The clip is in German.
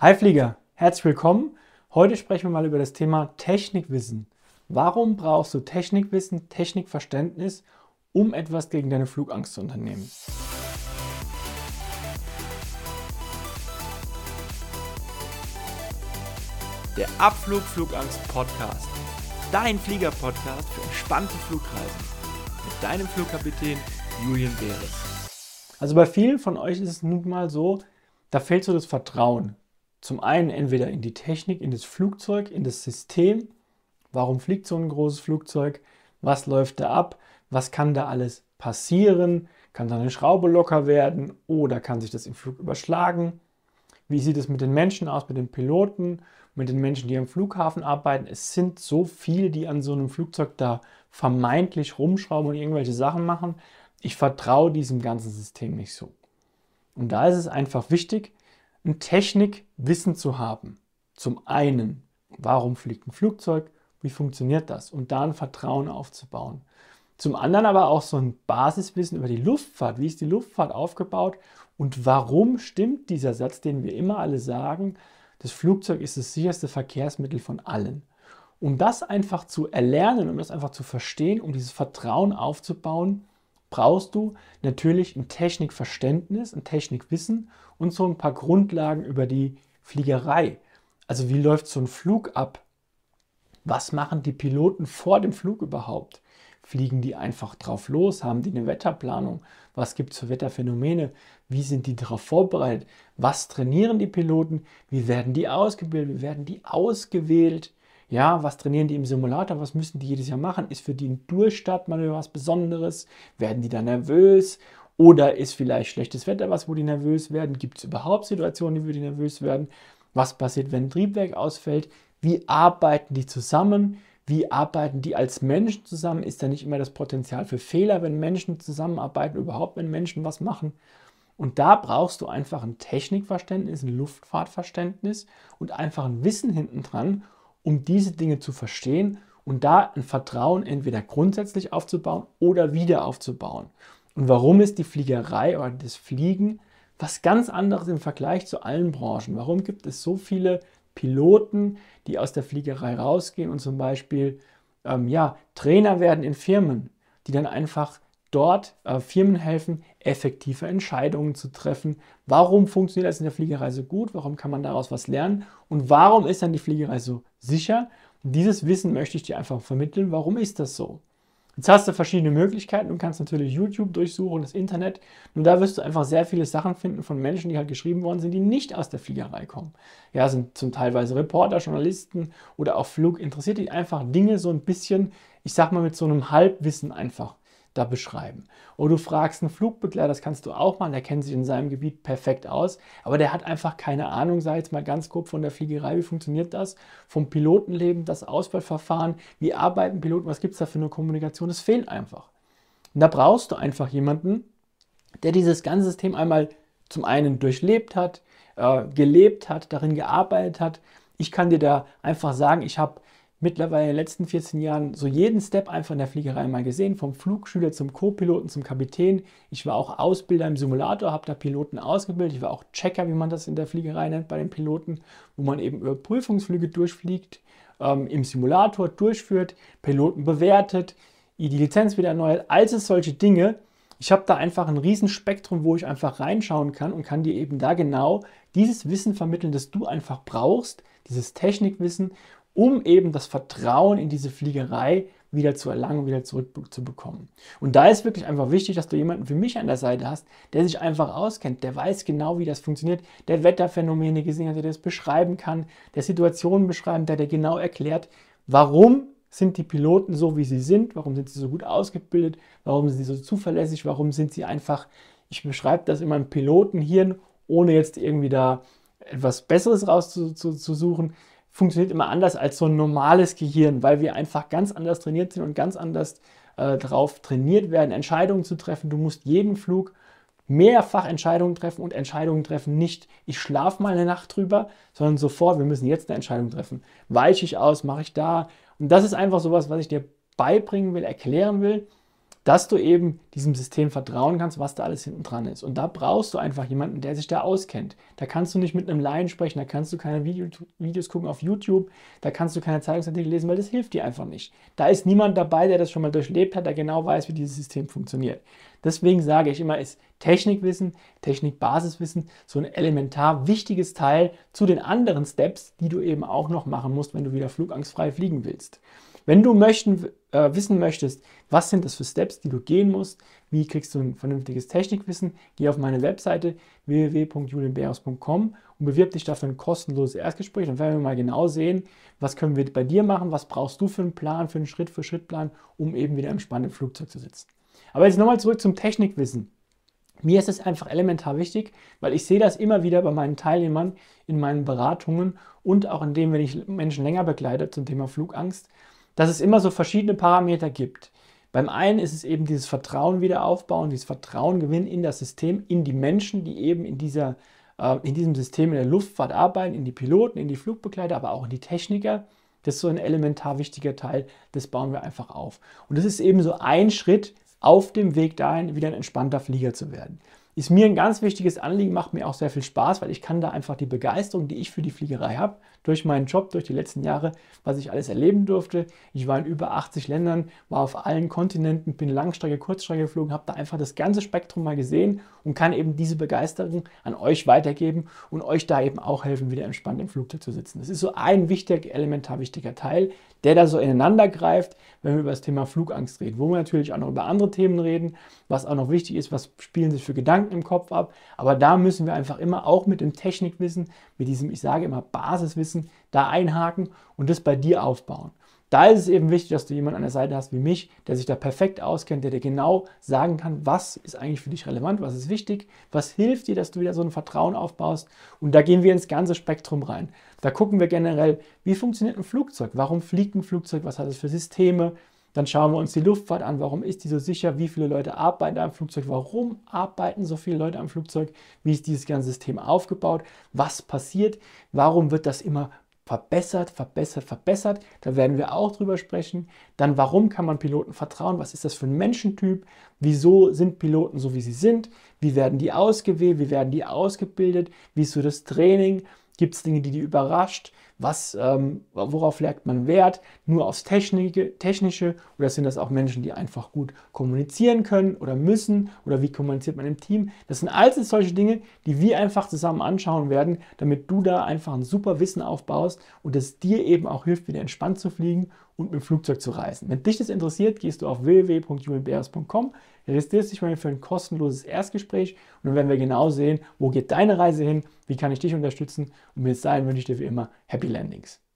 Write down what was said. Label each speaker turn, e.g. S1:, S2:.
S1: Hi Flieger, herzlich willkommen. Heute sprechen wir mal über das Thema Technikwissen. Warum brauchst du Technikwissen, Technikverständnis, um etwas gegen deine Flugangst zu unternehmen?
S2: Der Abflug-Flugangst-Podcast. Dein Flieger-Podcast für entspannte Flugreisen. Mit deinem Flugkapitän Julian Beres.
S1: Also bei vielen von euch ist es nun mal so, da fehlt so das Vertrauen. Zum einen entweder in die Technik, in das Flugzeug, in das System. Warum fliegt so ein großes Flugzeug? Was läuft da ab? Was kann da alles passieren? Kann da eine Schraube locker werden oder kann sich das im Flug überschlagen? Wie sieht es mit den Menschen aus, mit den Piloten, mit den Menschen, die am Flughafen arbeiten? Es sind so viele, die an so einem Flugzeug da vermeintlich rumschrauben und irgendwelche Sachen machen. Ich vertraue diesem ganzen System nicht so. Und da ist es einfach wichtig, ein Technikwissen zu haben. Zum einen, warum fliegt ein Flugzeug? Wie funktioniert das? Und da ein Vertrauen aufzubauen. Zum anderen aber auch so ein Basiswissen über die Luftfahrt. Wie ist die Luftfahrt aufgebaut? Und warum stimmt dieser Satz, den wir immer alle sagen, das Flugzeug ist das sicherste Verkehrsmittel von allen? Um das einfach zu erlernen, um das einfach zu verstehen, um dieses Vertrauen aufzubauen, brauchst du natürlich ein Technikverständnis, ein Technikwissen und so ein paar Grundlagen über die Fliegerei. Also wie läuft so ein Flug ab? Was machen die Piloten vor dem Flug überhaupt? Fliegen die einfach drauf los? Haben die eine Wetterplanung? Was gibt es für Wetterphänomene? Wie sind die darauf vorbereitet? Was trainieren die Piloten? Wie werden die ausgebildet? Wie werden die ausgewählt? Ja, was trainieren die im Simulator? Was müssen die jedes Jahr machen? Ist für die ein Durchstartmanöver was Besonderes? Werden die da nervös? Oder ist vielleicht schlechtes Wetter was, wo die nervös werden? Gibt es überhaupt Situationen, wo die nervös werden? Was passiert, wenn ein Triebwerk ausfällt? Wie arbeiten die zusammen? Wie arbeiten die als Menschen zusammen? Ist da nicht immer das Potenzial für Fehler, wenn Menschen zusammenarbeiten, überhaupt wenn Menschen was machen? Und da brauchst du einfach ein Technikverständnis, ein Luftfahrtverständnis und einfach ein Wissen hinten dran, um diese Dinge zu verstehen und da ein Vertrauen entweder grundsätzlich aufzubauen oder wieder aufzubauen. Und warum ist die Fliegerei oder das Fliegen was ganz anderes im Vergleich zu allen Branchen? Warum gibt es so viele Piloten, die aus der Fliegerei rausgehen und zum Beispiel Trainer werden in Firmen, die dann einfach dort Firmen helfen, effektive Entscheidungen zu treffen? Warum funktioniert das in der Fliegerei so gut? Warum kann man daraus was lernen? Und warum ist dann die Fliegerei so sicher? Und dieses Wissen möchte ich dir einfach vermitteln. Warum ist das so? Jetzt hast du verschiedene Möglichkeiten. Du kannst natürlich YouTube durchsuchen, das Internet. Nur da wirst du einfach sehr viele Sachen finden von Menschen, die halt geschrieben worden sind, die nicht aus der Fliegerei kommen. Ja, sind zum Teilweise Reporter, Journalisten oder auch Fluginteressierte, die einfach Dinge so ein bisschen, ich sag mal, mit so einem Halbwissen einfach da beschreiben. Oder du fragst einen Flugbegleiter, das kannst du auch mal, der kennt sich in seinem Gebiet perfekt aus, aber der hat einfach keine Ahnung, sag jetzt mal ganz grob von der Fliegerei, wie funktioniert das, vom Pilotenleben, das Auswahlverfahren, wie arbeiten Piloten, was gibt es da für eine Kommunikation, das fehlt einfach. Und da brauchst du einfach jemanden, der dieses ganze System einmal zum einen durchlebt hat, gelebt hat, darin gearbeitet hat. Ich kann dir da einfach sagen, ich habe mittlerweile in den letzten 14 Jahren so jeden Step einfach in der Fliegerei mal gesehen, vom Flugschüler zum Co-Piloten, zum Kapitän. Ich war auch Ausbilder im Simulator, habe da Piloten ausgebildet. Ich war auch Checker, wie man das in der Fliegerei nennt, bei den Piloten, wo man eben über Prüfungsflüge durchfliegt, im Simulator durchführt, Piloten bewertet, die Lizenz wieder erneuert, also solche Dinge. Ich habe da einfach ein Riesenspektrum, wo ich einfach reinschauen kann und kann dir eben da genau dieses Wissen vermitteln, das du einfach brauchst, dieses Technikwissen, um eben das Vertrauen in diese Fliegerei wieder zu erlangen, wieder zurückzubekommen. Und da ist wirklich einfach wichtig, dass du jemanden wie mich an der Seite hast, der sich einfach auskennt, der weiß genau, wie das funktioniert, der Wetterphänomene gesehen hat, der das beschreiben kann, der Situationen beschreiben, der dir genau erklärt, warum sind die Piloten so, wie sie sind, warum sind sie so gut ausgebildet, warum sind sie so zuverlässig, warum sind sie einfach, ich beschreibe das immer, ein Pilotenhirn, ohne jetzt irgendwie da etwas Besseres rauszusuchen, funktioniert immer anders als so ein normales Gehirn, weil wir einfach ganz anders trainiert sind und ganz anders darauf trainiert werden, Entscheidungen zu treffen. Du musst jeden Flug mehrfach Entscheidungen treffen und Entscheidungen treffen nicht, ich schlafe mal eine Nacht drüber, sondern sofort, wir müssen jetzt eine Entscheidung treffen. Weiche ich aus, mache ich da? Und das ist einfach sowas, was ich dir beibringen will, erklären will, dass du eben diesem System vertrauen kannst, was da alles hinten dran ist. Und da brauchst du einfach jemanden, der sich da auskennt. Da kannst du nicht mit einem Laien sprechen, da kannst du keine Videos gucken auf YouTube, da kannst du keine Zeitungsartikel lesen, weil das hilft dir einfach nicht. Da ist niemand dabei, der das schon mal durchlebt hat, der genau weiß, wie dieses System funktioniert. Deswegen sage ich immer, ist Technikwissen, Technikbasiswissen so ein elementar wichtiges Teil zu den anderen Steps, die du eben auch noch machen musst, wenn du wieder flugangstfrei fliegen willst. Wenn du wissen möchtest, was sind das für Steps, die du gehen musst, wie kriegst du ein vernünftiges Technikwissen, geh auf meine Webseite www.julienbehrens.com und bewirb dich dafür ein kostenloses Erstgespräch. Dann werden wir mal genau sehen, was können wir bei dir machen, was brauchst du für einen Plan, für einen Schritt-für-Schritt-Plan, um eben wieder entspannt im Flugzeug zu sitzen. Aber jetzt nochmal zurück zum Technikwissen. Mir ist es einfach elementar wichtig, weil ich sehe das immer wieder bei meinen Teilnehmern in meinen Beratungen und auch in dem, wenn ich Menschen länger begleite zum Thema Flugangst, dass es immer so verschiedene Parameter gibt. Beim einen ist es eben dieses Vertrauen wieder aufbauen, dieses Vertrauen gewinnen in das System, in die Menschen, die eben in diesem System in der Luftfahrt arbeiten, in die Piloten, in die Flugbegleiter, aber auch in die Techniker. Das ist so ein elementar wichtiger Teil, das bauen wir einfach auf. Und das ist eben so ein Schritt auf dem Weg dahin, wieder ein entspannter Flieger zu werden. Ist mir ein ganz wichtiges Anliegen, macht mir auch sehr viel Spaß, weil ich kann da einfach die Begeisterung, die ich für die Fliegerei habe, durch meinen Job, durch die letzten Jahre, was ich alles erleben durfte. Ich war in über 80 Ländern, war auf allen Kontinenten, bin Langstrecke, Kurzstrecke geflogen, habe da einfach das ganze Spektrum mal gesehen und kann eben diese Begeisterung an euch weitergeben und euch da eben auch helfen, wieder entspannt im Flugzeug zu sitzen. Das ist so ein wichtiger, elementar wichtiger Teil, der da so ineinander greift, wenn wir über das Thema Flugangst reden, wo wir natürlich auch noch über andere Themen reden, was auch noch wichtig ist, was spielen sich für Gedanken im Kopf ab, aber da müssen wir einfach immer auch mit dem Technikwissen, mit diesem, ich sage immer Basiswissen, da einhaken und das bei dir aufbauen. Da ist es eben wichtig, dass du jemanden an der Seite hast wie mich, der sich da perfekt auskennt, der dir genau sagen kann, was ist eigentlich für dich relevant, was ist wichtig, was hilft dir, dass du wieder so ein Vertrauen aufbaust. Und da gehen wir ins ganze Spektrum rein. Da gucken wir generell, wie funktioniert ein Flugzeug, warum fliegt ein Flugzeug, was hat es für Systeme. Dann schauen wir uns die Luftfahrt an, warum ist die so sicher, wie viele Leute arbeiten am Flugzeug, warum arbeiten so viele Leute am Flugzeug, wie ist dieses ganze System aufgebaut, was passiert, warum wird das immer verbessert. Da werden wir auch drüber sprechen. Dann, warum kann man Piloten vertrauen? Was ist das für ein Menschentyp? Wieso sind Piloten so, wie sie sind? Wie werden die ausgewählt? Wie werden die ausgebildet? Wie ist so das Training? Gibt es Dinge, die überrascht? Worauf legt man Wert? Nur aufs Technische? Oder sind das auch Menschen, die einfach gut kommunizieren können oder müssen? Oder wie kommuniziert man im Team? Das sind alles solche Dinge, die wir einfach zusammen anschauen werden, damit du da einfach ein super Wissen aufbaust und es dir eben auch hilft, wieder entspannt zu fliegen und mit dem Flugzeug zu reisen. Wenn dich das interessiert, gehst du auf www.julienbehrens.com, registrierst dich bei mir für ein kostenloses Erstgespräch und dann werden wir genau sehen, wo geht deine Reise hin, wie kann ich dich unterstützen und bis dahin wünsche ich dir wie immer Happy Landings.